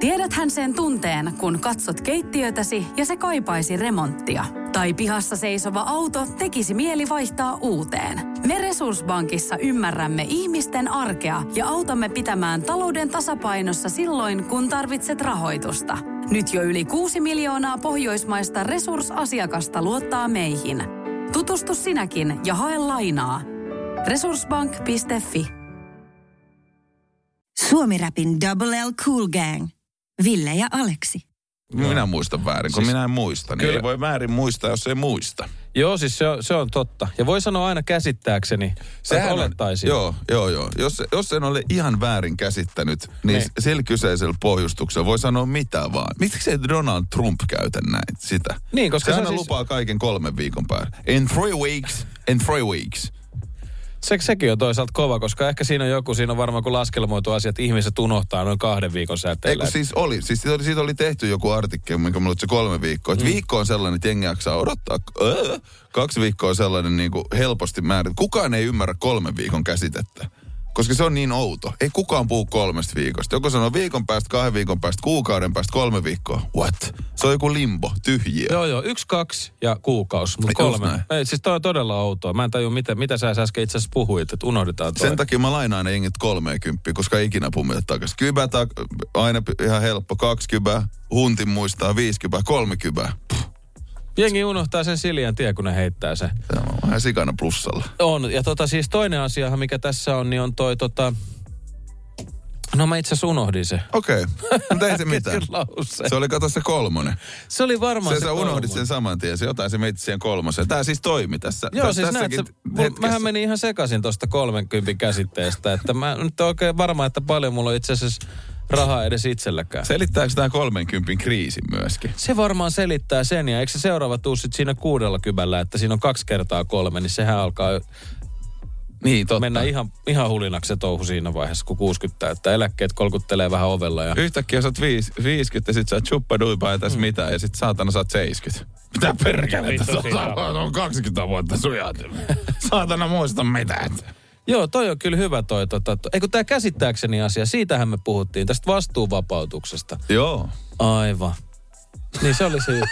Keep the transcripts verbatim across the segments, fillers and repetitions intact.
Tiedäthän sen tunteen, kun katsot keittiötäsi ja se kaipaisi remonttia. Tai pihassa seisova auto tekisi mieli vaihtaa uuteen. Me Resurssbankissa ymmärrämme ihmisten arkea ja autamme pitämään talouden tasapainossa silloin, kun tarvitset rahoitusta. Nyt jo yli kuusi miljoonaa pohjoismaista Resurss-asiakasta luottaa meihin. Tutustu sinäkin ja hae lainaa. Resurssbank piste fi. Suomi-rapin Double L Cool Gang. Ville ja Aleksi. Minä muistan väärin, kun siis, minä en muista. Niin ei voi väärin muistaa, jos ei muista. Joo, siis se on, se on totta. Ja voi sanoa aina käsittääkseni, että olettaisin. Joo, joo, joo. Jos, jos en ole ihan väärin käsittänyt, niin ne. Sillä kyseisellä pohjustuksella voi sanoa mitä vaan. Miksi ei Donald Trump käytä näin sitä? Niin, koska se, se aina siis... lupaa kaiken kolmen viikon päälle. In three weeks, in three weeks. Se, sekin on toisaalta kova, koska ehkä siinä on joku, siinä on varmaan kun laskelmoitu asia, että ihmiset unohtaa noin kahden viikon säteillä. Eikö siis oli, siis siitä oli, siitä oli tehty joku artikkeli, minkä mulla oli se kolme viikkoa. Mm. Viikko on sellainen, että jengi jaksaa odottaa. Öö, kaksi viikkoa on sellainen niin kuin helposti määrä. Kukaan ei ymmärrä kolmen viikon käsitettä. Koska se on niin outo. Ei kukaan puhu kolmesta viikosta. Joku sanoo viikon päästä, kahden viikon päästä, kuukauden päästä, kolme viikkoa. What? Se on joku limbo, tyhjiö. Joo, joo. Yksi, kaksi ja kuukausi. Mutta kolme. Ei, siis toi on todella outoa. Mä en tajua, mitä, mitä sä äsken itse asiassa puhuit, että unohdetaan toi. Sen takia mä lainaan ne jengit kolmeekymppiä, koska ei ikinä pummita takaisin. Kybä, tak- aina ihan helppo. Kaksi kybää, huntin muistaa, viisi kybää, kolme kybää. Puh. Jengi unohtaa sen Siljan tie, kun ne heittää se. Tämä on vähän sikana plussalla. On, ja tota siis toinen asiahan, mikä tässä on, niin on toi tota... No mä itse asiassa unohdin se. Okei, okay. Mutta ei se mitään. Se oli kato se kolmonen. Se oli varmaan se, se sä unohdit kolmonen. Sen saman tien, se jotain se meitti siihen kolmoseen. Tää siis toimi tässä. Joo, tässä, siis näet, se, mähän menin ihan sekaisin tosta kolmenkympin käsitteestä, että mä nyt oikein varma, että paljon mulla on itse asiassa rahaa edes itselläkään. Selittääkö tämä kolmenkympin kriisi myöskin? Se varmaan selittää sen, ja eikö se seuraava tuu sit siinä kuudella kybällä, että siinä on kaksi kertaa kolme, niin sehän alkaa niin, totta. mennä ihan, ihan hulinaksi se touhu siinä vaiheessa, kun kuusikymmentä, että eläkkeet kolkuttelee vähän ovella. Ja... Yhtäkkiä sä oot viis, viisikymmentä ja sit sä oot chuppaduipa ei tässä mm. mitään, ja sit saatana sä oot seitsemänkymmentä. Mitä perkele, on kaksikymmentä vuotta sujat. Saatana muista mitään. Joo, toi on kyllä hyvä toi. Tota, to. Eikö tää käsittääkseni asia, siitähän me puhuttiin, tästä vastuuvapautuksesta. Joo. Aivan. Niin se oli se.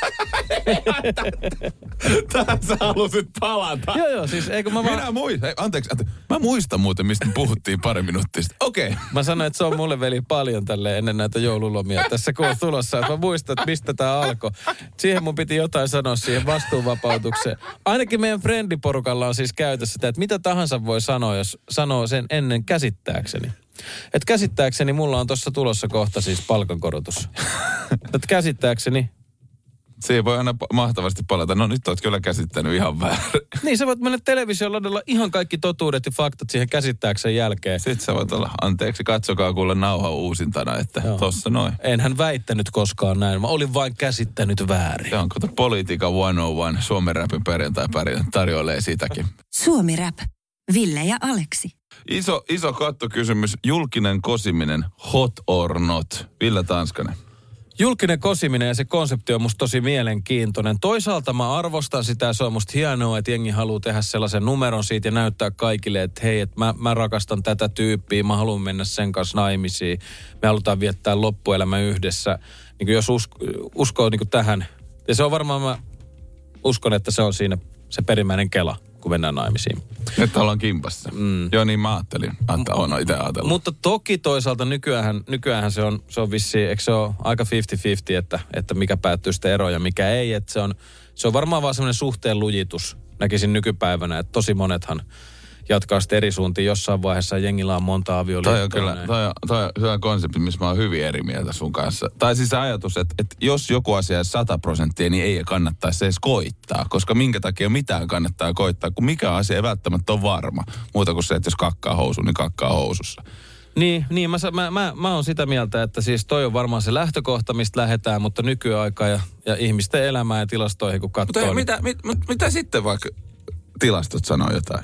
Tähän sä halusit palata. Joo, joo, siis eikö mä vaan... Minä muistan, anteeksi, anteeksi, mä muistan muuten, mistä me puhuttiin pari minuuttia sitten. Okei. Okay. Mä sanoin, että se on mulle veli paljon tälle ennen näitä joululomia tässä kun on tulossa. Että mä muistan, että mistä tää alkoi. Siihen mun piti jotain sanoa siihen vastuunvapautukseen. Ainakin meidän friendiporukalla on siis käytössä sitä, että mitä tahansa voi sanoa, jos sanoo sen ennen käsittääkseni. Että käsittääkseni mulla on tuossa tulossa kohta siis palkankorotus. Että käsittääkseni. Siihen voi aina mahtavasti palata. No nyt oot kyllä käsittänyt ihan väärin. Niin, sä voit mennä television ladella ihan kaikki totuudet ja faktat siihen käsittääkseen jälkeen. Sitten sä voit olla, anteeksi, katsokaa kuule nauha uusintana, että joo. Tossa noin. Enhän väittänyt koskaan näin, mä olin vain käsittänyt väärin. Joo, kato Politiikan sata yksi, Suomen Rapin perjantai tarjoilee sitäkin. Suomi Rap, Ville ja Aleksi. Iso, iso kattokysymys, julkinen kosiminen, hot or not? Ville Tanskanen. Julkinen kosiminen ja se konsepti on musta tosi mielenkiintoinen. Toisaalta mä arvostan sitä, se on musta hienoa, että jengi haluaa tehdä sellaisen numeron siitä ja näyttää kaikille, että hei, että mä, mä rakastan tätä tyyppiä, mä haluan mennä sen kanssa naimisiin. Me halutaan viettää loppuelämä yhdessä. Niin kuin jos usko, uskoo niin kuin tähän, ja se on varmaan, mä uskon, että se on siinä se perimmäinen kela, kun mennään naimisiin. Että ollaan kimpassa. Mm. Joo, niin mä ajattelin. Että on itse ajatellut. Mutta toki toisaalta nykyään, nykyään se on, se on vissiin, eikö se ole aika viisikymmentä viisikymmentä, että, että mikä päättyy sitten eroon ja mikä ei. Että se on, se on varmaan vaan semmoinen suhteen lujitus, näkisin nykypäivänä, että tosi monethan jatkaa sitten eri suuntiin jossain vaiheessa, jengillä on monta avioliittoa. Toi on kyllä, toi on, toi on hyvä konsepti, missä mä oon hyvin eri mieltä sun kanssa. Tai siis ajatus, että, että jos joku asia on sata prosenttia, niin ei kannattaisi edes koittaa. Koska minkä takia mitään kannattaa koittaa, kun mikä asia ei välttämättä ole varma. Muuta kuin se, että jos kakkaa housuun, niin kakkaa housussa. Niin, niin mä, mä, mä, mä oon sitä mieltä, että siis toi on varmaan se lähtökohta, mistä lähdetään, mutta nykyaikaa ja, ja ihmisten elämää ja tilastoihin, kun katsoo. Mutta niin... mitä, mit, mit, mitä sitten vaikka tilastot sanoo jotain?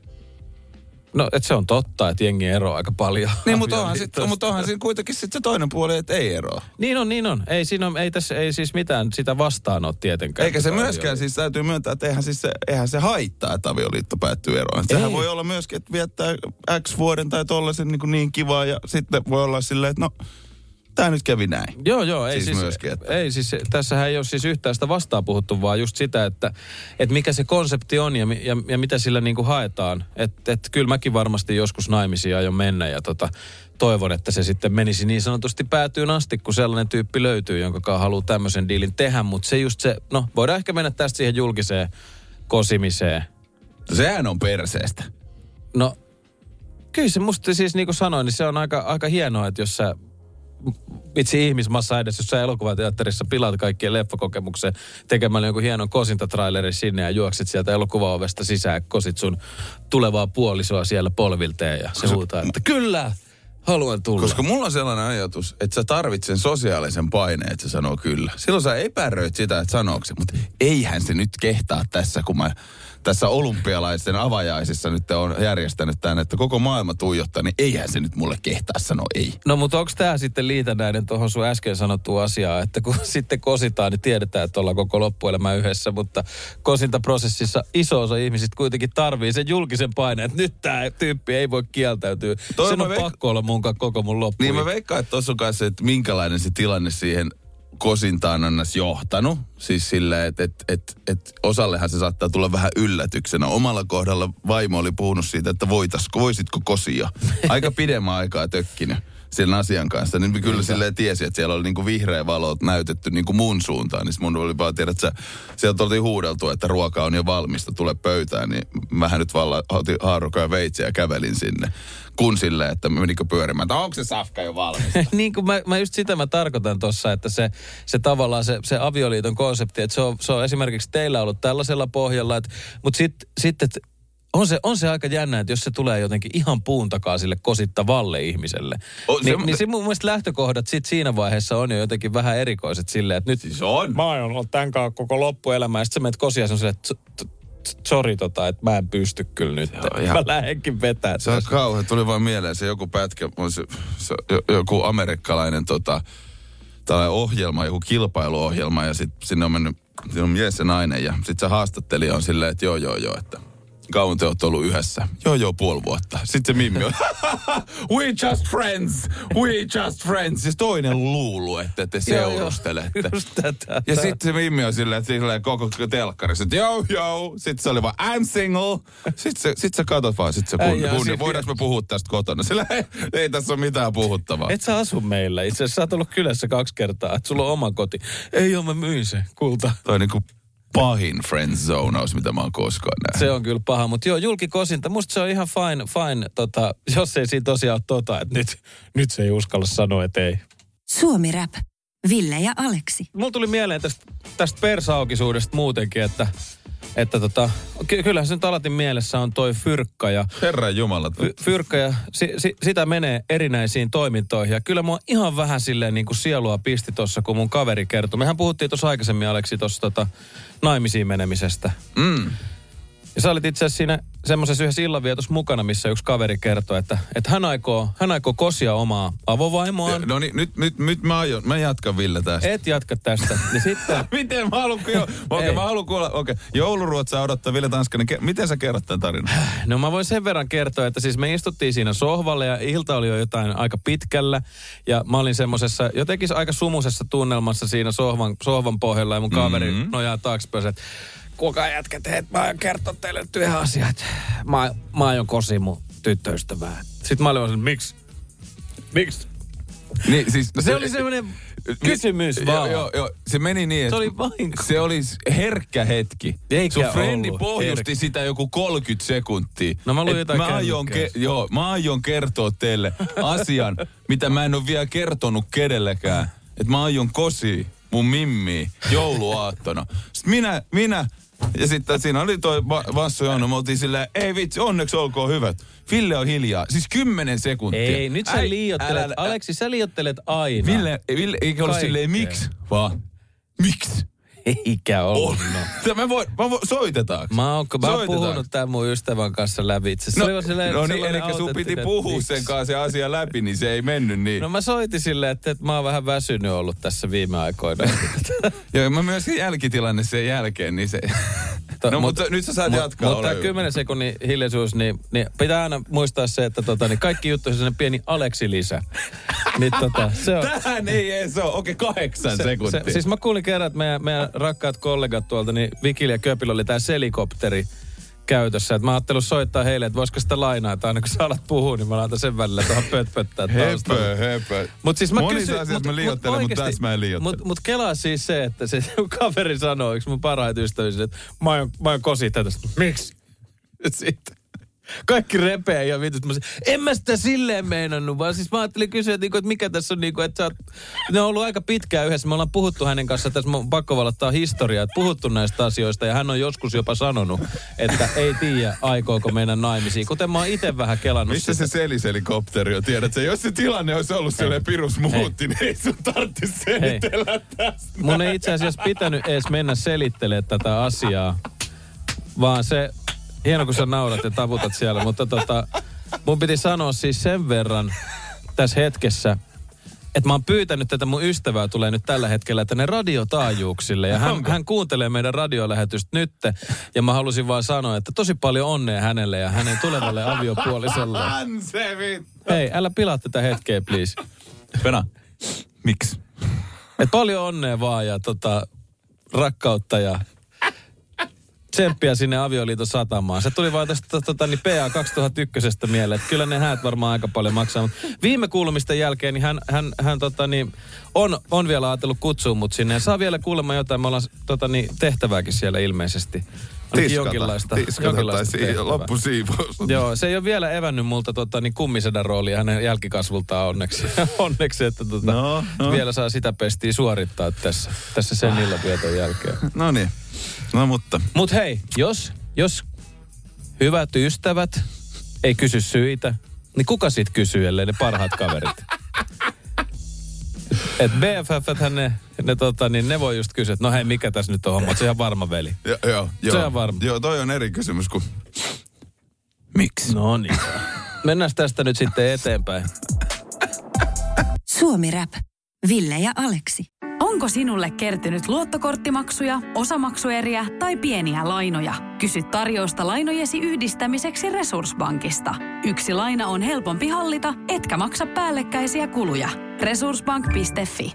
No, että se on totta, että jengi eroaa aika paljon. Niin, mutta onhan, sit, mutta onhan siinä kuitenkin sit se toinen puoli, että ei eroa. Niin on, niin on. Ei, siinä on, ei, tässä, ei siis mitään sitä vastaan ole tietenkään. Eikä se myöskään, siis täytyy myöntää, että eihän, siis se, eihän se haittaa, että avioliitto päättyy eroon. Sehän voi olla myöskin, että viettää X vuoden tai tollaisen niin, niin kivaa ja sitten voi olla silleen, että no tää nyt kävi näin. Joo, joo. Ei Siis siis, myöskin, että- ei siis, tässähän ei ole siis yhtään sitä vastaan puhuttu, vaan just sitä, että, että mikä se konsepti on ja, ja, ja mitä sillä niin kuin haetaan. Että et, kyllä mäkin varmasti joskus naimisiin aion mennä ja tota, toivon, että se sitten menisi niin sanotusti päätyyn asti, kun sellainen tyyppi löytyy, jonka haluaa tämmöisen diilin tehdä. Mutta se just se, no voidaan ehkä mennä tästä siihen julkiseen kosimiseen. Sehän on perseestä. No, kyllä se musta siis niin kuin sanoin, niin se on aika, aika hienoa, että jos sä vitsi ihmismassa edessä, jos sä elokuvateatterissa pilaat kaikkien leffakokemuksen tekemällä jonkun hienon kosintatrailerin sinne ja juokset sieltä elokuvaovesta sisään ja kosit sun tulevaa puolisoa siellä polvilteen ja se huutaa, että kyllä, haluan tulla. Koska mulla on sellainen ajatus, että sä tarvitset sen sosiaalisen paineen, että se sanoo kyllä. Silloin sä epäröit sitä, että sanooko se, mutta eihän se nyt kehtaa tässä, kun mä tässä olympialaisten avajaisissa nyt on järjestänyt tämän, että koko maailma tuijottaa, niin eihän se nyt mulle kehtaa sanoa ei. No mutta onko tämä sitten liitännäinen tuohon sun äsken sanottuun asiaan, että kun sitten kositaan, niin tiedetään, että ollaan koko loppuelämä yhdessä, mutta kosintaprosessissa iso osa ihmisistä kuitenkin tarvii sen julkisen paineen, että nyt tämä tyyppi ei voi kieltäytyä. Toi sen on veik- pakko olla mun koko mun loppu. Niin mä veikkaan, että tuossa on kanssa, että minkälainen se tilanne siihen kosintaan on näissä johtanut. Siis silleen, että et, et, et osallehan se saattaa tulla vähän yllätyksenä. Omalla kohdalla vaimo oli puhunut siitä, että voitaisiko, voisitko kosia. Aika pidemmän aikaa tökkinyt sen asian kanssa. Niin kyllä silleen tiesi, että siellä oli niinku vihreä valo näytetty niinku mun suuntaan. Niin mun oli vaan tiedä, että sä, sieltä oltiin huudeltu, että ruoka on jo valmista, tule pöytään. Niin mähän nyt vallan otin haarukan ja veitsiä ja kävelin sinne. Kun silleen, että menikö pyörimään, että onko se safka jo valmista? Niin kuin mä, mä just sitä mä tarkoitan tossa, että se, se tavallaan se, se avioliiton konsepti, että se on, se on esimerkiksi teillä ollut tällaisella pohjalla, että, mutta sitten sit, et on se, on se aika jännä, että jos se tulee jotenkin ihan puun takaa sille kosittavalle ihmiselle, O, se, niin, niin se mun mielestä lähtökohdat sit siinä vaiheessa on jo jotenkin vähän erikoiset silleen, että nyt siis on. mä oon ollut tämän kanssa koko loppuelämää, ja sitten sä menet kosia sen silleen, että sori tota, että mä en pysty kyllä nyt. Joo, mä lähdenkin vetää. Se on kauhean. Tuli vaan mieleen se joku pätkä, se, se, joku amerikkalainen tota, tällainen ohjelma, joku kilpailuohjelma ja sitten sinne on mennyt, siinä on mies ja nainen ja sitten se haastattelija on silleen, että joo joo joo, että kauan te olette ollut yhdessä? Joo joo, puoli vuotta. Sitten se Mimmi on, we just friends, we just friends. Siis toinen luulu, että te seurustelette. Just tätä. Ja sitten se Mimmi on silleen, että silleen koko telkkarissa, että joo joo. Sitten se oli vaan, I'm single. Sitten se, sit sä katot vaan, sitten se kun, kun, voidaanko me puhua tästä kotona? Sillä ei, ei tässä ole mitään puhuttavaa. Et sä asu meillä. Itse asiassa sä oot ollut kylässä kaksi kertaa, että sulla on oma koti. Ei oo, mä myin se, kulta. Toi on niinku pahin friendzonaus, mitä mä oon koskaan nähnyt. Se on kyllä paha, mutta joo, julkikosinta, musta se on ihan fine, fine tota, jos ei siinä tosiaan ole tota, että nyt, nyt se ei uskalla sanoa, että ei. Suomi Rap. Ville ja Aleksi. Mulla tuli mieleen tästä, tästä persaukisuudesta muutenkin, että, että tota, ky- kyllähän se nyt alatin mielessä on toi fyrkka ja... Herran jumala. Fy- fyrkka ja si- si- sitä menee erinäisiin toimintoihin. Ja kyllä mua ihan vähän silleen niin kuin sielua pisti tuossa, kun mun kaveri kertoi. Mehän puhuttiin tuossa aikaisemmin, Aleksi, tuossa tota, naimisiin menemisestä. Mm. Ja sä olit itse asiassa siinä semmoisessa yhdessä illanvietossa mukana, missä yksi kaveri kertoi, että, että hän, aikoo, hän aikoo kosia omaa avovaimoaan. No niin, nyt, nyt, nyt mä, aion, mä jatkan Ville tästä. Et jatka tästä. Niin sitten... Miten mä haluan kuulla? Okei, okay, mä haluan kuulla. Okei, okay. Jouluruotsaa odottaa Ville Tanskanen. Ke- miten sä kerrot tämän tarinan? No mä voin sen verran kertoa, että siis me istuttiin siinä sohvalle ja ilta oli jo jotain aika pitkällä. Ja mä olin semmosessa jotenkin aika sumusessa tunnelmassa siinä sohvan, sohvan pohjalla ja mun kaveri mm-hmm. nojaa taaksepäin, että kuulkaa jätkät, hei, mä aion kertoa teille nyt yhden asian, että mä, mä aion kosia mun tyttöystävää. Sitten mä olin vaan, miksi? Miksi? Niin, siis, No se oli semmoinen kysymys niin, vaan. Joo, joo, se meni niin, että Se oli vain. se oli herkkä hetki. Eikä Sun frendi ollut pohjusti herkkä. sitä joku kolmekymmentä sekuntia. No mä luin Et jotain mä aion, ke- joo, mä aion kertoa teille asian, mitä mä en ole vielä kertonut kenellekään. Että mä aion kosia mun mimmiä jouluaattona. Sitten minä, minä, ja sitten siinä oli toi Vassu Jono, me oltiin silleen, ei vitsi, onneksi olkoon hyvät. Ville on hiljaa. Siis kymmenen sekuntia. Ei, nyt sä Äi, liiottelet. älä- Aleksi, sä liiottelet aina. Ville, Ville eikä ollut Kaikkea. silleen miksi, vaan miksi? Eikä ollut. No. Mä voin, mä voin, soitetaanko? Mä oon, mä oon Soitetaanko? puhunut tämän mun ystävän kanssa läpi itse. Se No, oli silleen, no niin, sellainen eli sun piti autenttinen, puhua miksi? sen kanssa se asia läpi, niin se ei mennyt niin. No mä soitin silleen, että, että mä oon vähän väsynyt ollut tässä viime aikoina. Joo, mä myös se jälkitilanne sen jälkeen, niin se... Mutta, No mutta, mutta nyt sä saat mut, jatkaa. Mutta tämä kymmenen sekunnin hiljaisuus, niin, niin pitää aina muistaa se, että tota, niin kaikki juttu on sellainen pieni Aleksi-lisä. Niin, tota, se on, Tähän ei edes ole. Okei, kahdeksan se, sekuntia. se, siis mä kuulin kerran, että meidän, meidän rakkaat kollegat tuolta, niin Vikil ja Köpillä oli tää selikopteri käytössä. Että mä ajattelin soittaa heille, että voisiko sitä lainaa, että aina kun sä alat puhua, niin mä laitan sen välillä tuohon pötpöttää taustalla. Höpö, höpö. Mut siis mä Monissa kysyn, asioissa mut, mä liioittelen, mut mutta tässä mä en liioittele. Mut, mut kelaa siis se, että se kaveri sanoo, yksi mun parhaat ystävistä, että mä oon, mä oon kosi tätä. Miksi? Sitten. Kaikki repee ja vitut. Mä sanoin, en mä sitä silleen meinannut, vaan siis mä ajattelin kysyä, että mikä tässä on, että sä oot, ne on ollut aika pitkään yhdessä. Me ollaan puhuttu hänen kanssa, tässä on pakko valottaa historiaa, että puhuttu näistä asioista ja hän on joskus jopa sanonut, että ei tiedä, aikooko mennä naimisiin. Kuten mä oon itse vähän kelannut. Missä sitä. se seliselikopteri on? Tiedätkö, jos se tilanne olisi ollut silleen pirus muutti, niin ei sun tarvitse selitellä tästä. Mun ei itse asiassa pitänyt edes mennä selittelemään tätä asiaa, vaan se... Hieno, kun sä naurat ja taputat siellä, mutta tota, mun piti sanoa siis sen verran tässä hetkessä, että mä oon pyytänyt tätä mun ystävää tulee nyt tällä hetkellä tänne radiotaajuuksille. Ja hän, hän kuuntelee meidän radiolähetystä nytte. Ja mä halusin vaan sanoa, että tosi paljon onnea hänelle ja hänen tulevalle aviopuolisolle. Hei, älä pilaa tätä hetkeä, please. Pena, miksi? Et paljon onnea vaan ja tota, rakkautta ja... tsemppiä sinne avioliiton satamaan. Se tuli vaan tästä tota, niin P A kaksituhattayksi mieleen, että kyllä ne häät varmaan aika paljon maksaa. Mutta viime kuulumisten jälkeen niin hän, hän, hän tota, niin, on, on vielä ajatellut kutsua mut sinne. Ja saa vielä kuulemma jotain, me ollaan tota, niin, tehtävääkin siellä ilmeisesti. Tiskata, jonkinlaista, tiskata jonkinlaista tai si- loppusiivous. Joo, se ei ole vielä evännyt multa tota, niin kummisedän roolia hänen jälkikasvultaan onneksi. onneksi, että tota, no, no. vielä saa sitä pestiä suorittaa tässä, tässä sen illanvieton jälkeen. No niin, no mutta. Mut hei, jos, jos hyvät ystävät ei kysy syitä, niin kuka sit kysyy, ellei ne parhaat kaverit? Et B F F:thän ne, ne, tota, niin ne voi just kysyä, että no hei, mikä tässä nyt on homma? Se on ihan varma veli. Jo, joo, joo. Se on varma. Joo, toi on eri kysymys kuin miksi? No niin. Mennään tästä nyt sitten eteenpäin. Suomi Rap. Ville ja Aleksi. Onko sinulle kertynyt luottokorttimaksuja, osamaksueriä tai pieniä lainoja? Kysy tarjousta lainojesi yhdistämiseksi Resurssbankista. Yksi laina on helpompi hallita, etkä maksa päällekkäisiä kuluja. Resurssbank piste fi.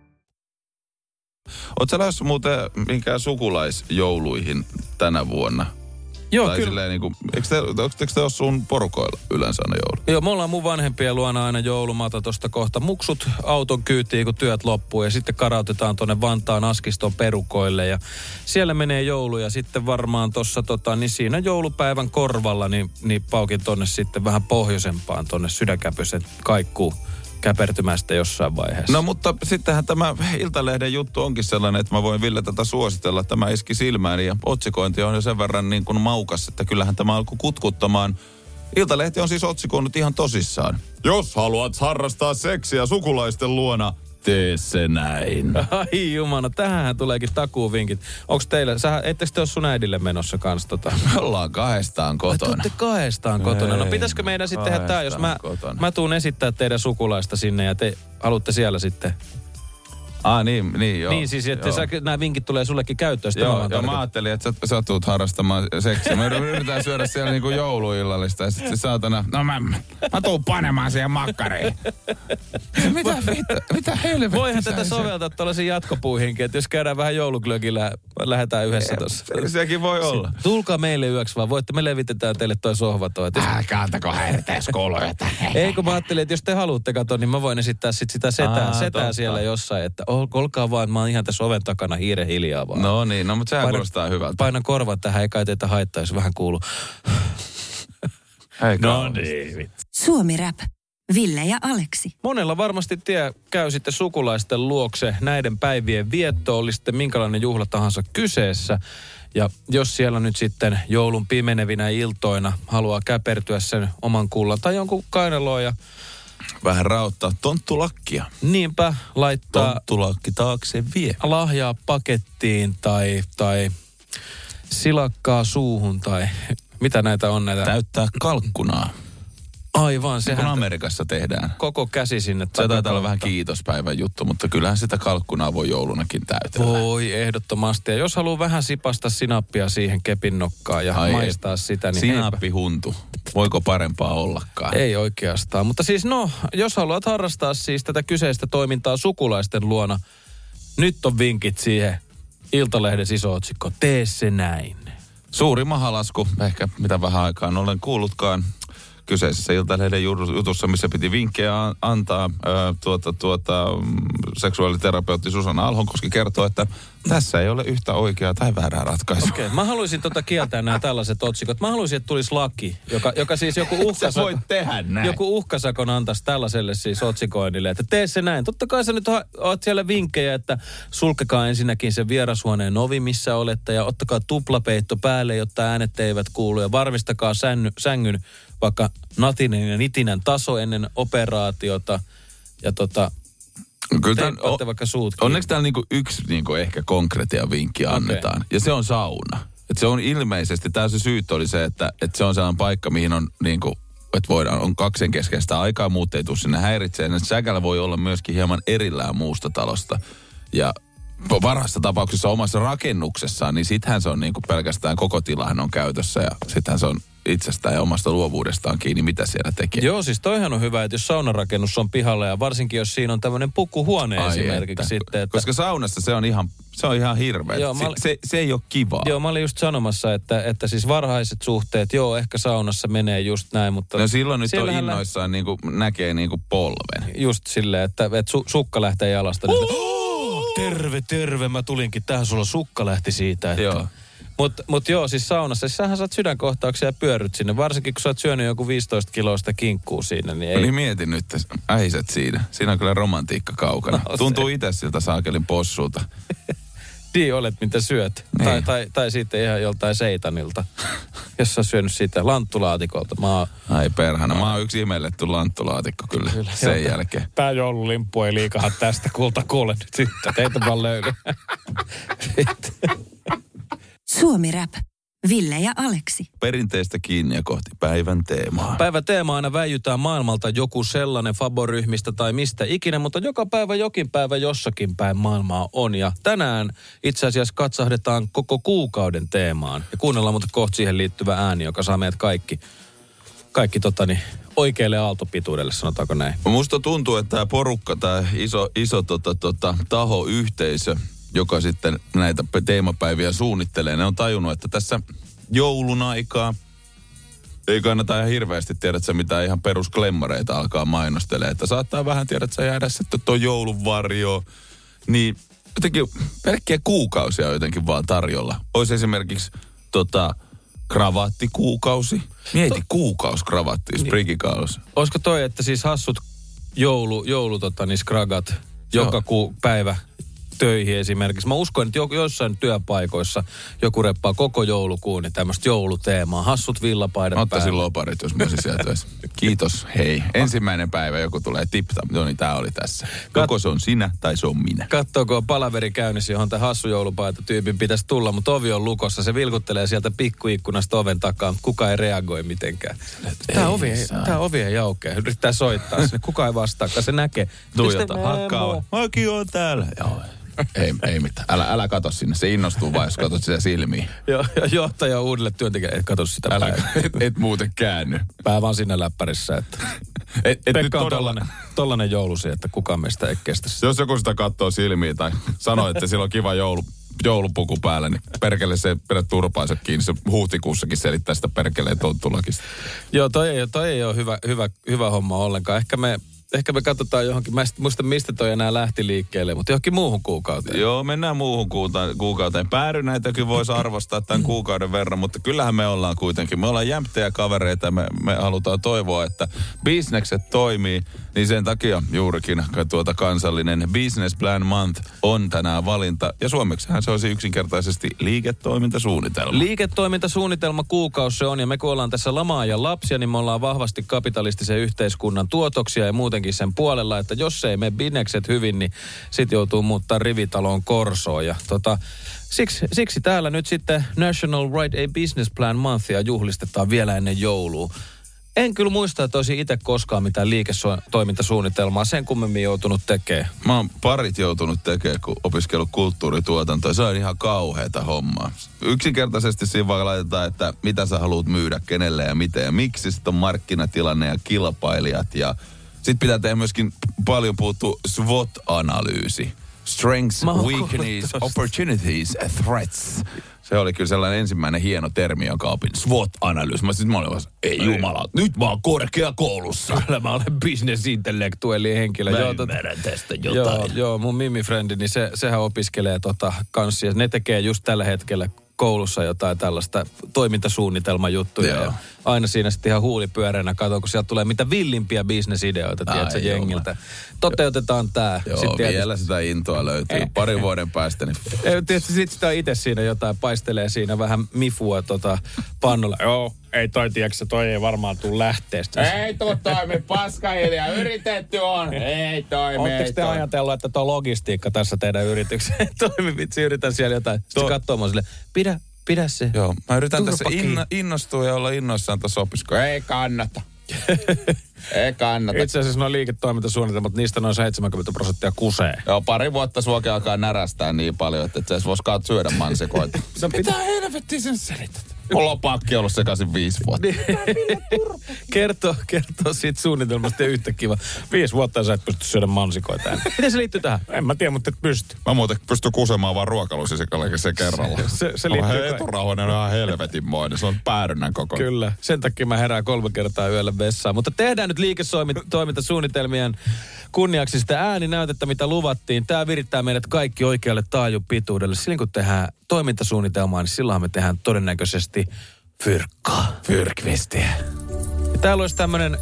Oot sä lähdössä muuten minkään sukulaisjouluihin tänä vuonna? Joo, tai kyllä. silleen niinku, eikö te, eikö te ole sun porukoilla yleensä aina joulu? Joo, me ollaan mun vanhempien luona aina joulumata tosta kohta. Muksut auton kyytiin, kun työt loppuu ja sitten karautetaan tonne Vantaan Askiston perukoille. Ja siellä menee joulu ja sitten varmaan tossa tota, niin siinä joulupäivän korvalla niin, niin paukin tonne sitten vähän pohjoisempaan tonne Sydänkäpösen kaikkuun käpertymästä jossain vaiheessa. No mutta sittenhän tämä Iltalehden juttu onkin sellainen, että mä voin Ville tätä suositella. Tämä iski silmääni ja otsikointi on jo sen verran niin kuin maukas, että kyllähän tämä alkoi kutkuttamaan. Iltalehti on siis otsikoinut ihan tosissaan. Jos haluat harrastaa seksiä sukulaisten luona, tee se näin. Ai jumana, tähän tuleekin takuuvinkit. Onks teillä, sähän, ettekö te ole sun äidille menossa kans tota? Me ollaan kahdestaan kotona. Te kahdestaan kotona. No Ei, pitäisikö meidän sitten tehdä tää, jos mä, kotona. mä tuun esittää teidän sukulaista sinne ja te haluatte siellä sitten. Ah niin, niin joo. Niin siis, että sä, nämä vinkit tulee sullekin käyttöön. Joo, ja mä ajattelin, että sä, sä tuut harrastamaan seksiä. Me yritetään syödä siellä niinku jouluillallista ja sitten se saatana, no mä, mä tuun panemaan siihen makkariin. mitä, mitä, mitä helvettiä? Voihan tätä soveltaa tuollaisiin jatkopuihinkin, että jos käydään vähän jouluglögillä, lähdetään yhdessä tuossa. Sekin voi olla. Tulkaa meille yöksi vaan, voitte, me levitetään teille toi sohva toi. Älkää antako häiritä, jos kuuluu jotain. Ei, kun mä ajattelin, että jos te haluatte katsoa, niin mä voin esittää sit sitä setää, Aa, setää totta. siellä jossain, että ol, olkaa vaan, mä oon ihan tässä oven takana hiiren hiljaa vaan. No niin, no mutta sehän Paina- kuulostaa hyvältä. Painan korvat tähän, ei kai teitä haittaa, jos vähän kuuluu. Hei, No niin. Suomi Rap. Ville ja Aleksi. Monella varmasti tie käy sitten sukulaisten luokse näiden päivien vietto, oli sitten minkälainen juhla tahansa kyseessä. Ja jos siellä nyt sitten joulun pimenevinä iltoina haluaa käpertyä sen oman kullan tai jonkun kainaloon ja Vähän rauttaa tonttulakkia. niinpä laittaa Tonttulakki taakse vie. lahjaa pakettiin tai, tai silakkaa suuhun tai mitä näitä on näitä. Täyttää kalkkunaa. Aivan, sehän... Kun Amerikassa tehdään. Koko käsi sinne. Se taitaa olla vähän kiitospäivän juttu, mutta kyllähän sitä kalkkunaa voi joulunakin täytellä. Voi, ehdottomasti. Ja jos haluaa vähän sipasta sinappia siihen kepin nokkaan ja Ai maistaa et, sitä, niin sinappihuntu. Voiko parempaa ollakaan? Ei oikeastaan. Mutta siis no, jos haluat harrastaa siis tätä kyseistä toimintaa sukulaisten luona, nyt on vinkit siihen. Iltalehden iso otsikko, tee se näin. Suuri mahalasku, ehkä mitä vähän aikaan olen kuullutkaan. Kyseisessä Iltalehden jutussa, missä piti vinkkejä antaa, ää, tuota, tuota, seksuaaliterapeutti Susanna Alhonkoski kertoo, että tässä ei ole yhtä oikeaa tai väärää ratkaisua. Okei, okay, mä haluaisin tota kieltää nämä tällaiset otsikot. Mä haluaisin, että tulisi laki, joka, joka siis joku uhkasakon... voit tehdä näin. Joku uhkasakon antaisi tällaiselle siis otsikoinnille, että tee se näin. Totta kai sä nyt oot siellä vinkkejä, että sulkekaa ensinnäkin se vierashuoneen ovi, missä olette, ja ottakaa tuplapeitto päälle, jotta äänet eivät kuulu, ja varmistakaa sänny, sängyn vaikka natinen ja nitinän taso ennen operaatiota, ja tota... Kyllä tämän, o, vaikka suut onneksi täällä niinku yksi niinku ehkä konkreettia vinkki annetaan. Okay. Ja se on sauna. Et se on ilmeisesti, tämä se syyt oli se, että et se on sellainen paikka, mihin on niinku, että voidaan, on kaksen keskeistä aikaa, muut ei tule sinne häiritseen. Säkällä voi olla myöskin hieman erillään muusta talosta. Ja parhaassa tapauksessa omassa rakennuksessaan, niin sittenhän se on niinku pelkästään koko tilahan on käytössä ja sittenhän se on itsestään ja omasta luovuudestaan kiinni, mitä siellä tekee. Joo, siis toihan on hyvä, että jos saunarakennus on pihalla ja varsinkin jos siinä on tämmöinen pukuhuone Ai esimerkiksi että. sitten. Että... Koska saunassa se on ihan, se on ihan hirveä. Joo, se, oli... se, se ei ole kivaa. Joo, mä olin just sanomassa, että, että siis varhaiset suhteet, joo, ehkä saunassa menee just näin, mutta... No silloin nyt on innoissaan lä... niin kuin näkee niin kuin polven. Just silleen, että, että su, sukka lähtee jalasta. Niin oh, terve, terve, mä tulinkin tähän, sulla sukka lähti siitä, että... Joo. Mutta mut joo, siis saunassa, siis sähän saat sydänkohtauksia ja pyörryt sinne. Varsinkin, kun sä oot syönyt joku viisitoista kiloista kinkkuu siinä, niin ei... Niin mietin nyt, äiset siinä. Siinä on kyllä romantiikka kaukana. No, tuntuu itse siltä saakelin possulta. Niin olet, mitä syöt. Niin. Tai, tai, tai sitten ihan joltain seitanilta, jos sä syönyt siitä lanttulaatikolta. Mä oon... Ai perhana, mä oon yksi imelletty lanttulaatikko kyllä, kyllä sen joo. jälkeen. Tää joululimppu ei liikaha tästä, kulta kuule nyt sitten. Teitä vaan löydy. Suomi Rap. Ville ja Aleksi. Perinteistä kiinni ja kohti päivän teemaa. Päivän teema aina väijytään maailmalta joku sellainen Fabo-ryhmistä tai mistä ikinä, mutta joka päivä jokin päivä jossakin päin maailmaa on. Ja tänään itse asiassa katsahdetaan koko kuukauden teemaan. Ja kuunnellaan mutta kohta siihen liittyvä ääni, joka saa meidät kaikki, kaikki totani, oikealle aaltopituudelle, sanotaanko näin. Musta tuntuu, että tämä porukka, tämä iso, iso tota, tota, taho, yhteisö, joka sitten näitä teemapäiviä suunnittelee. Ne on tajunnut, että tässä joulun aikaa ei kannata ihan hirveästi tiedä, että se mitään ihan perusklemmareita alkaa mainostelemaan. Että saattaa vähän tiedä, että sä jäädä sitten tuo joulun varjo. Niin jotenkin pelkkiä kuukausia on jotenkin vaan tarjolla. Olisi esimerkiksi tota, kravattikuukausi. Mieti to- kuukausi kravatti, sprigikausi. Niin. Olisiko toi, että siis hassut joulu, joulu tota, niin skragat joka kuu, päivä töihin esimerkiksi. Mä uskon, että joissain työpaikoissa joku reppaa koko joulukuun niin tämmöistä jouluteemaa. Hassut villapaidat päällä. Ottaisin loparit, jos mä olisin sieltä töissä. Kiitos, hei. Ensimmäinen päivä joku tulee tip-tap. No niin, tää oli tässä. Joko se on sinä tai se on minä. Katsoako palaveri käynnissä, johon tämä hassu joulupaita tyypin pitäisi tulla, mutta ovi on lukossa. Se vilkuttelee sieltä pikkuikkunasta oven takaa, mutta kuka ei reagoi mitenkään. Tää ovi ei, tää ovi ei aukea. Yrittää soittaa sinne. Kuka ei vastaakaan, se näkee. Tuijota, hakkaa. Mäkin on täällä. Joo. Ei, ei mitään. Älä, älä kato sinne. Se innostuu vaan, jos katsot sitä silmiin. Joo, ja johtaja uudelle työntekijälle, et kato sitä älä, et, et muuten käänny. Pää vaan sinne läppärissä, että... Et, et Pekka on tollanen, tollanen joulusi, että kukaan meistä ei kestä sitä. Jos joku sitä katsoo silmiin tai sanoo, että sillä on kiva joulu, joulupuku päällä, niin perkele se pidä turpaansa kiinni. Se huhtikuussakin selittää sitä perkeleen tonttulakista. Joo, toi ei, toi ei ole hyvä, hyvä, hyvä homma ollenkaan. Ehkä me... Ehkä me katsotaan johonkin, mä en muista mistä toi enää lähti liikkeelle, mutta johonkin muuhun kuukauteen. Joo, mennään muuhun kuukauteen. Päärynäitäkin voisi arvostaa tämän kuukauden verran, mutta kyllähän me ollaan kuitenkin. Me ollaan jämptejä kavereita ja me, me halutaan toivoa, että bisnekset toimii. Niin sen takia juurikin tuota kansallinen Business Plan Month on tänään valinta. Ja suomeksihan se olisi yksinkertaisesti liiketoimintasuunnitelma. Liiketoimintasuunnitelma kuukausi se on, ja me kun ollaan tässä lamaa ja lapsia, niin me ollaan vahvasti kapitalistisen yhteiskunnan tuotoksia ja muutenkin sen puolella, että jos ei mene binekset hyvin, niin sit joutuu muuttaa rivitaloon korsoon. Ja tota, siksi, siksi täällä nyt sitten National Write a Business Plan Monthia juhlistetaan vielä ennen joulua. En kyllä muista, että olisin itse koskaan mitään liiketoimintasuunnitelmaa sen kummemmin joutunut tekemään. Mä oon parit joutunut tekemään, kun opiskellut kulttuurituotantoa. Se on ihan kauheata hommaa. Yksinkertaisesti siinä vaan laitetaan, että mitä sä haluat myydä, kenelle ja miten ja miksi. Sitten on markkinatilanne ja kilpailijat. Ja sitten pitää tehdä myöskin paljon puhuttu SWOT-analyysi. Strengths, weaknesses, opportunities, threats. Se oli kyllä sellainen ensimmäinen hieno termi, jonka opin. SWOT-analyysi. Mä siis mä olin vaan, ei jumala, nyt mä oon korkeakoulussa. Kyllä mä olen business-intellektuelli henkilö. Mä joo, ymmärrän tota, tästä jotain. Joo, joo mun mimifrendi, niin se, sehän opiskelee tota kanssia. Ne tekee just tällä hetkellä koulussa jotain tällaista toimintasuunnitelmajuttuja. Ja aina siinä sitten ihan huulipyöreänä katsoo, kun sieltä tulee mitä villimpiä bisnesideoita, tiedätkö, jengiltä. Toteutetaan tää. Joo, sitten vielä tietysti sitä intoa löytyy. Parin vuoden päästä. Niin tietysti sit sitä itse siinä jotain paistelee siinä vähän mifua tota pannulla. Joo, ei toi tiedätkö, toi ei varmaan tuu lähteestä. Ei tuu toimi, paskahiljaa. Yritetty on. Ei toimi. Oletteko te ajatellut, että tuo logistiikka tässä teidän yritykseen toimi? Vitsi, yritän siellä jotain. Sitten katsoo mua silleen, pidä, pidä se. Joo, mä yritän tässä Turpa inno, innostua ja olla innoissaan tässä opiskelua. Ei kannata. Ei kannata. Itse asiassa nuo liiketoimintasuunnitelmat, niistä noin seitsemänkymmentä prosenttia kusee. Joo, pari vuotta suokin alkaa närästää niin paljon, että et sä edes voisikaan syödä mansikoita. No mitä helvettiä sen selität? Mulla on pakki ollut sekaisin viisi vuotta. kertoo, kertoo siitä suunnitelmasta ja yhtäkkiä vaan. Viisi vuotta sä et pysty syödä mansikoita. Miten se liittyy tähän? En mä tiedä, mutta et pysty. Mä muuten pystyn kusemaan vaan ruokalusisikalle se kerralla. Se, se, se liittyy. Eturauhoinen on ihan helvetinmoinen. Se on päädynnän koko. Kyllä. Sen takia mä herään kolme kertaa yöllä vessaan. Mutta tehdään nyt liiketoimintasuunnitelmien kunniaksi sitä ääninäytettä, mitä luvattiin. Tää virittää meidät kaikki oikealle taajupituudelle. Silloin kun tehdään toimintasuunnitelmaa, niin silloinhan me tehdään todennäköisesti fyrkkaa. Fyrkvistiä. Täällä olisi tämmönen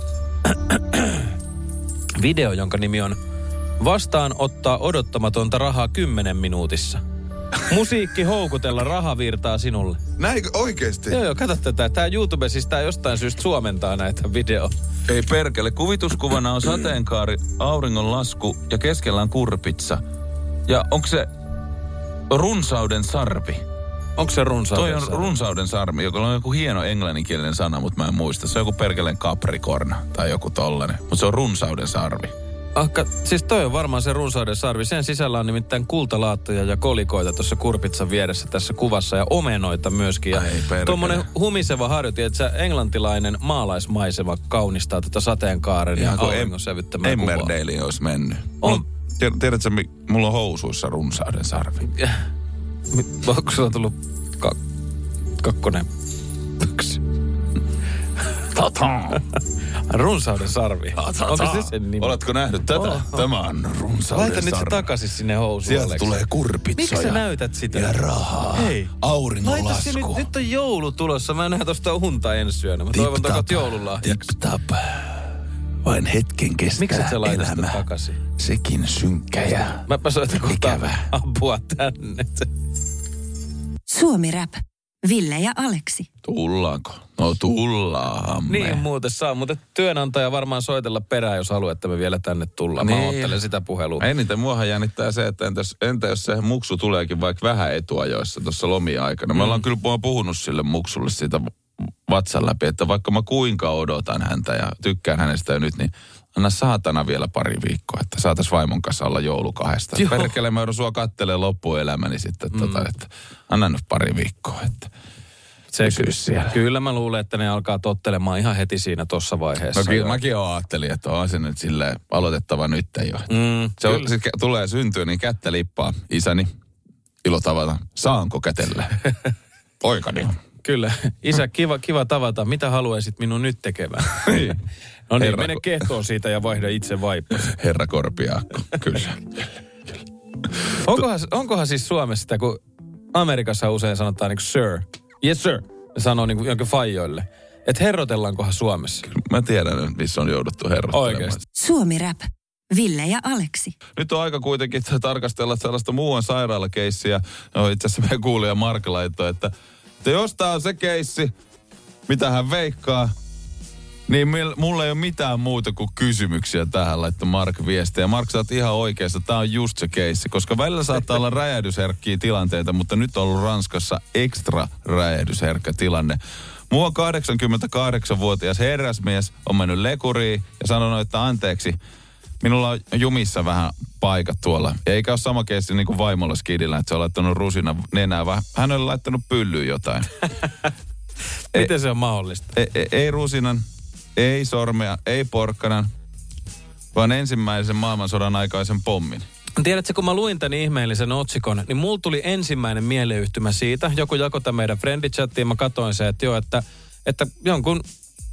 video, jonka nimi on Vastaan ottaa odottamatonta rahaa kymmenen minuutissa. Musiikki houkutella rahavirtaa sinulle. Näinkö oikeesti? Joo, joo, kato tätä. Tää YouTube siis tää jostain syystä suomentaa näitä videoita. Ei perkele. Kuvituskuvana on sateenkaari, auringonlasku ja keskellä on kurpitsa. Ja onko se runsauden sarvi? Onko se runsauden Toi on sarvi? runsauden sarmi, joka on joku hieno englanninkielinen sana, mutta mä en muista. Se on joku perkeleen Capricorn tai joku tollanen. Mutta se on runsauden sarvi. Akka, siis toi on varmaan se runsauden sarvi. Sen sisällä on nimittäin kultalaattoja ja kolikoita tuossa kurpitsan vieressä tässä kuvassa ja omenoita myöskin. Ja tuommoinen humiseva harjoitin, että se englantilainen maalaismaisema kaunistaa tätä sateenkaaren ja auringon sävyttämää kuvaa. Emmerdale olisi mennyt. On. Mulla, tiedätkö, mulla on housuissa runsauden sarvi. Onko sulla tullut ka- kakkonen? Yksi. Runsauden sarvi. Onko se sen nimi? Oletko nähnyt tätä? Oh, oh. Tämä on runsauden sarvi. Laita nyt se takaisin sinne housuun. Sieltä tulee kurpitsoja. Miksi sä näytät sitä? Ja rahaa. Hei. Auringonlasku. Laita se nyt, nyt on joulu tulossa. Mä näen tosta unta ensi yönä. Mä toivon takot joululahjaksi. Tip-tap. Vain hetken kestää miksi et sä laita sitä elämä. takaisin? Sekin synkkä ja Mäpä soitan kohta apua tänne. Suomi Rap. Ville ja Aleksi. Tullaanko? No tullaamme. Niin muuten saa, mutta työnantaja varmaan soitella perään, jos haluaa, että me vielä tänne tullaan. Niin. Mä ottelen sitä puhelua. Eniten muahan jännittää se, että entäs, entä jos se muksu tuleekin vaikka vähän etuajoissa tuossa lomia aikana. Mm. Me ollaan kyllä puhunut sille muksulle siitä vatsan läpi, että vaikka mä kuinka odotan häntä ja tykkään hänestä jo nyt, niin anna saatana vielä pari viikkoa, että saatais vaimon kanssa olla joulu kahdesta. Perkele, mä joudun sua kattelemaan loppuelämäni sitten, mm. tota, että anna nyt pari viikkoa, että se kyllä, kyllä mä luulen, että ne alkaa tottelemaan ihan heti siinä tuossa vaiheessa. No kyllä mäkin ajattelin, että on se nyt silleen aloitettava nyt jo. Mm, se on, siis tulee syntyä, niin kättä lippaa. Isäni, ilo tavata. Saanko kätellä? Poikani. Kyllä. Isä, kiva, kiva tavata. Mitä haluaisit minun nyt tekevän? No niin, mene kehtoon siitä ja vaihda itse vaippasi. Herra Korpiaakko, kyllä. onkohan, onkohan siis Suomessa sitä, kun Amerikassa usein sanotaan niin kuin sir. Yes sir. Ne sanoo niin kuin jonkin faijoille. Että herrotellaankohan Suomessa? Kyllä, mä tiedän, missä on jouduttu herrottelemaan. Oikeasti. Suomi Rap. Ville ja Aleksi. Nyt on aika kuitenkin tarkastella sellaista muuan sairaalakeissiä. No, itse asiassa meidän kuulija Mark laittoi, että, että jos tää on se keissi, mitä hän veikkaa, niin mulla ei ole mitään muuta kuin kysymyksiä tähän, laittoi Mark viestiä. Mark, sä oot ihan oikeassa, tää on just se keissi, koska välillä saattaa olla räjähdysherkkiä tilanteita, mutta nyt on ollut Ranskassa ekstra räjähdysherkkä tilanne. Mua on kahdeksankymmentäkahdeksanvuotias herrasmies on mennyt lekuriin ja sanonut, että anteeksi, minulla on jumissa vähän paikat tuolla. Eikä ole sama keissi niin kuin vaimolla skidillä, että se on laittanut rusina nenää, vaan hän on laittanut pyllyyn jotain. Miten ei, se on mahdollista? Ei, ei, ei rusinan, ei sormea, ei porkkanan, vaan ensimmäisen maailmansodan aikaisen pommin. Tiedätkö, kun mä luin tämän ihmeellisen otsikon, niin mulla tuli ensimmäinen mieleyhtymä siitä. Joku jakoi tämän meidän friendichattiin, mä katsoin se, että joo, että, että jonkun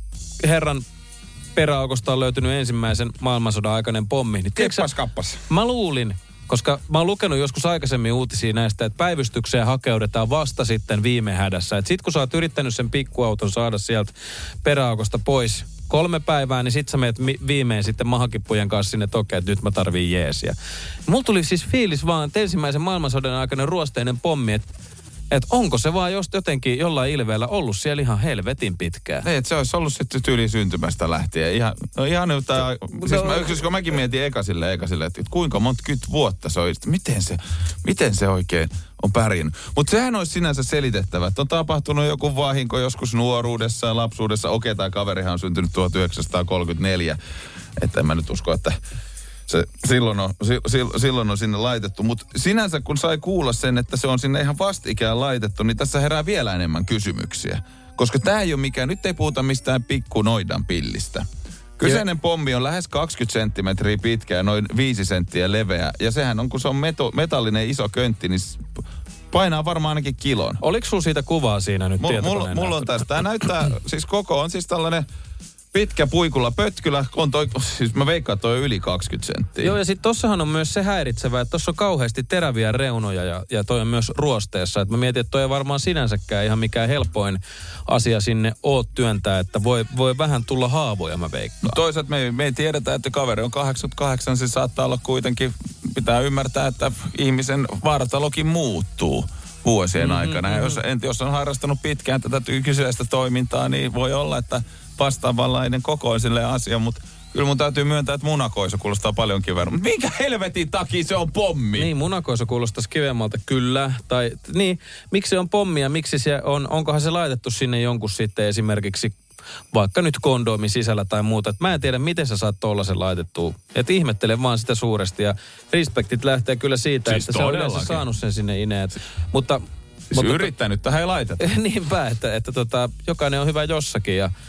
herran peräaukosta on löytynyt ensimmäisen maailmansodan aikainen pommi. Niin, Keppas kappas. Mä luulin, koska mä oon lukenut joskus aikaisemmin uutisia näistä, että päivystykseen hakeudetaan vasta sitten viime hädässä. Että sit kun sä oot yrittänyt sen pikkuauton saada sieltä peräaukosta pois kolme päivää, niin sit sä meet mi- viimein sitten mahakippujen kanssa sinne, että okei, että nyt mä tarviin jeesiä. Mulla tuli siis fiilis vaan, että ensimmäisen maailmansodan aikainen ruosteinen pommi, että että onko se vaan just jotenkin jollain ilveellä ollut siellä ihan helvetin pitkään. Ei, että se olisi ollut sitten tyyli syntymästä lähtien. Ihan, no ihan nyt, siis mä, siis kun mäkin mietin ekasille, ekasille, että kuinka monta kyt vuotta se olisi, miten se, miten se oikein on pärjännyt. Mutta sehän olisi sinänsä selitettävä, että on tapahtunut joku vahinko joskus nuoruudessa ja lapsuudessa. Okei, tämä kaverihan on syntynyt tuhatyhdeksänsataakolmekymmentäneljä, että en mä nyt usko, että se silloin on, silloin on sinne laitettu, mutta sinänsä kun sai kuulla sen, että se on sinne ihan vastikään laitettu, niin tässä herää vielä enemmän kysymyksiä. Koska tämä ei ole mikään, nyt ei puhuta mistään pikkunoidan pillistä. Kyseinen pommi on lähes kaksikymmentä senttimetriä pitkä ja noin viisi senttiä leveä. Ja sehän on, kun se on meto, metallinen iso köntti, niin painaa varmaan ainakin kilon. Oliko sulla siitä kuvaa siinä nyt Mulla mul, mul on tästä. Tämä näyttää, siis koko on siis tällainen pitkä puikulla pötkylä, on toi, siis mä veikkaan, että toi on yli kaksikymmentä senttiä. Joo, ja sitten tossahan on myös se häiritsevä, että tossa on kauheasti teräviä reunoja ja, ja toi on myös ruosteessa. Et mä mietin, että toi ei varmaan sinänsäkään ihan mikään helpoin asia sinne oot työntää, että voi, voi vähän tulla haavoja, mä veikkaan. Toisaalta me, me ei tiedetä, että kaveri on kahdeksankymmentäkahdeksan, se saattaa olla kuitenkin, pitää ymmärtää, että ihmisen vartalokin muuttuu vuosien mm-hmm. aikana. Ja jos, jos on harrastanut pitkään tätä kyseistä toimintaa, niin voi olla, että vastaavanlainen kokoiselle asia, mutta kyllä mun täytyy myöntää, että munakoiso kuulostaa paljon kivemmalta. Mutta minkä helvetin takia se on pommi? Niin, munakoiso kuulostaisi kivemmalta, kyllä. Tai niin, miksi se on pommi ja miksi se on, onkohan se laitettu sinne jonkun sitten esimerkiksi vaikka nyt kondoomin sisällä tai muuta. Et mä en tiedä, miten sä saat tollasen laitettua. Et ihmettele vaan sitä suuresti ja respektit lähtee kyllä siitä, siis että se on yleensä saanut sen sinne ineet. Mutta siis mutta yrittänyt tähän ei laiteta. Niinpä, että, että tota, jokainen on hyvä jossakin. Ja,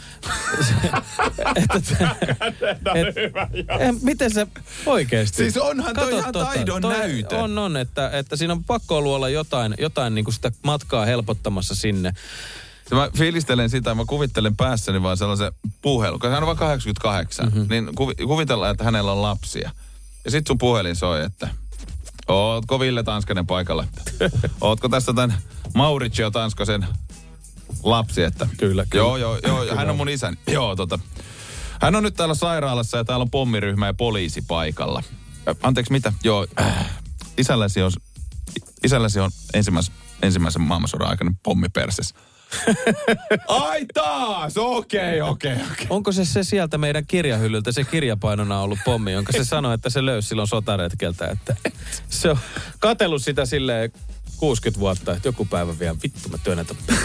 että, et, miten se oikeasti? Siis onhan toi ihan tota, taidon toi näyte. On, on, että, että siinä on pakko olla jotain, jotain niin kuin sitä matkaa helpottamassa sinne. Mä fiilistelen sitä, mä kuvittelen päässäni vaan sellaisen puhelun, koska hän on vaan kahdeksankymmentäkahdeksan, mm-hmm. niin kuvitellaan, että hänellä on lapsia. Ja sit sun puhelin soi, että ootko Ville Tanskanen paikalla? Ootko tässä tämän Mauricio Tanskasen lapsi, että kyllä, kyllä. Joo, joo, joo, kyllä. Hän on mun isäni. Joo, tota. Hän on nyt täällä sairaalassa ja täällä on pommiryhmä ja poliisi paikalla. Anteeksi, mitä? Joo, äh, isälläsi on, isälläsi on ensimmäisen, ensimmäisen maailmansodan aikainen pommi persessä. Ai taas! Okei, okay, okei, okay, okei. Okay. Onko se se sieltä meidän kirjahyllyltä, se kirjapainona ollut pommi, jonka se sanoi, että se löysi silloin sotaretkeltä, että se on katsellut sitä silleen kuusikymmentä vuotta, että joku päivä vielä, vittu mä työnnän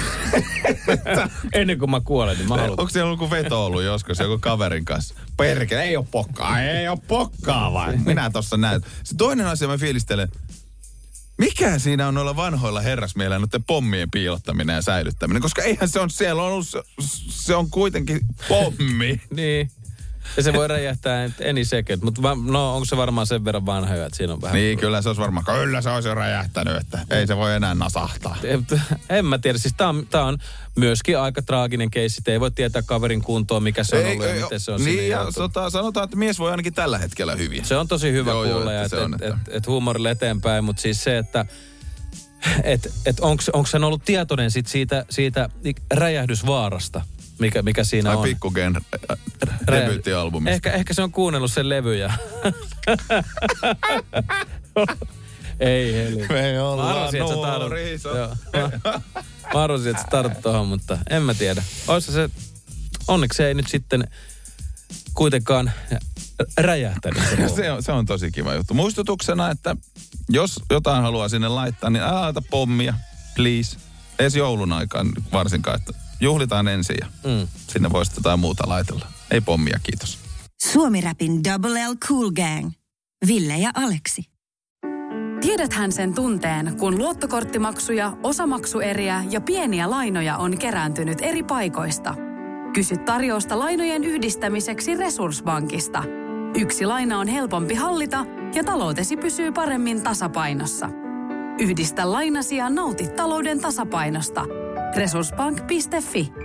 ennen kuin mä kuolen, niin mä haluan. Onko siellä joku veto ollut joskus joku kaverin kanssa? Perkele, ei oo pokkaa, ei oo pokkaa vai? Minä tossa näytän. Se toinen asia mä fiilistelen. Mikä siinä on noilla vanhoilla herrasmielillä noiden pommien piilottaminen ja säilyttäminen? Koska eihän se on, siellä on ollut, se on kuitenkin pommi. Niin. Ja se voi räjähtää any second, mutta no onko se varmaan sen verran vanha jo, että siinä on vähän. Niin, kyllä se olisi varmaan, kyllä se olisi jo räjähtänyt, että ei se voi enää nasahtaa. En mä tiedä, siis tää on, tää on myöskin aika traaginen keissi, ei voi tietää kaverin kuntoa, mikä se on ei, ollut ei, ja miten se on niin, ja sota, sanotaan, että mies voi ainakin tällä hetkellä hyvin. Se on tosi hyvä joo, kuulla, joo, että et, et, et, et huumorille eteenpäin, mutta siis se, että et, et onko sen ollut tietoinen sit siitä, siitä räjähdysvaarasta? Mikä, mikä siinä tai on. Tai Pikkugen debyyttialbumista. Ehkä, ehkä se on kuunnellut sen levyjä. Ei heli. Me ollaan nuoriso. Mä arvasin, että sä tartut tohon, mutta en mä tiedä. Oissa se, onneksi se ei nyt sitten kuitenkaan räjähtänyt. Se, se, on, se on tosi kiva juttu. Muistutuksena, että jos jotain haluaa sinne laittaa, niin älä laita pommia, please. Ees joulun aikaan varsinkaan, että juhlitaan ensin ja mm. sinne voisi jotain muuta laitella. Ei pommia, kiitos. Suomi-rapin Double L Cool Gang. Ville ja Aleksi. Tiedäthän sen tunteen, kun luottokorttimaksuja, osamaksueriä ja pieniä lainoja on kerääntynyt eri paikoista. Kysy tarjousta lainojen yhdistämiseksi Resurssbankista. Yksi laina on helpompi hallita ja taloutesi pysyy paremmin tasapainossa. Yhdistä lainasi ja nauti talouden tasapainosta. Resurssbank piste fi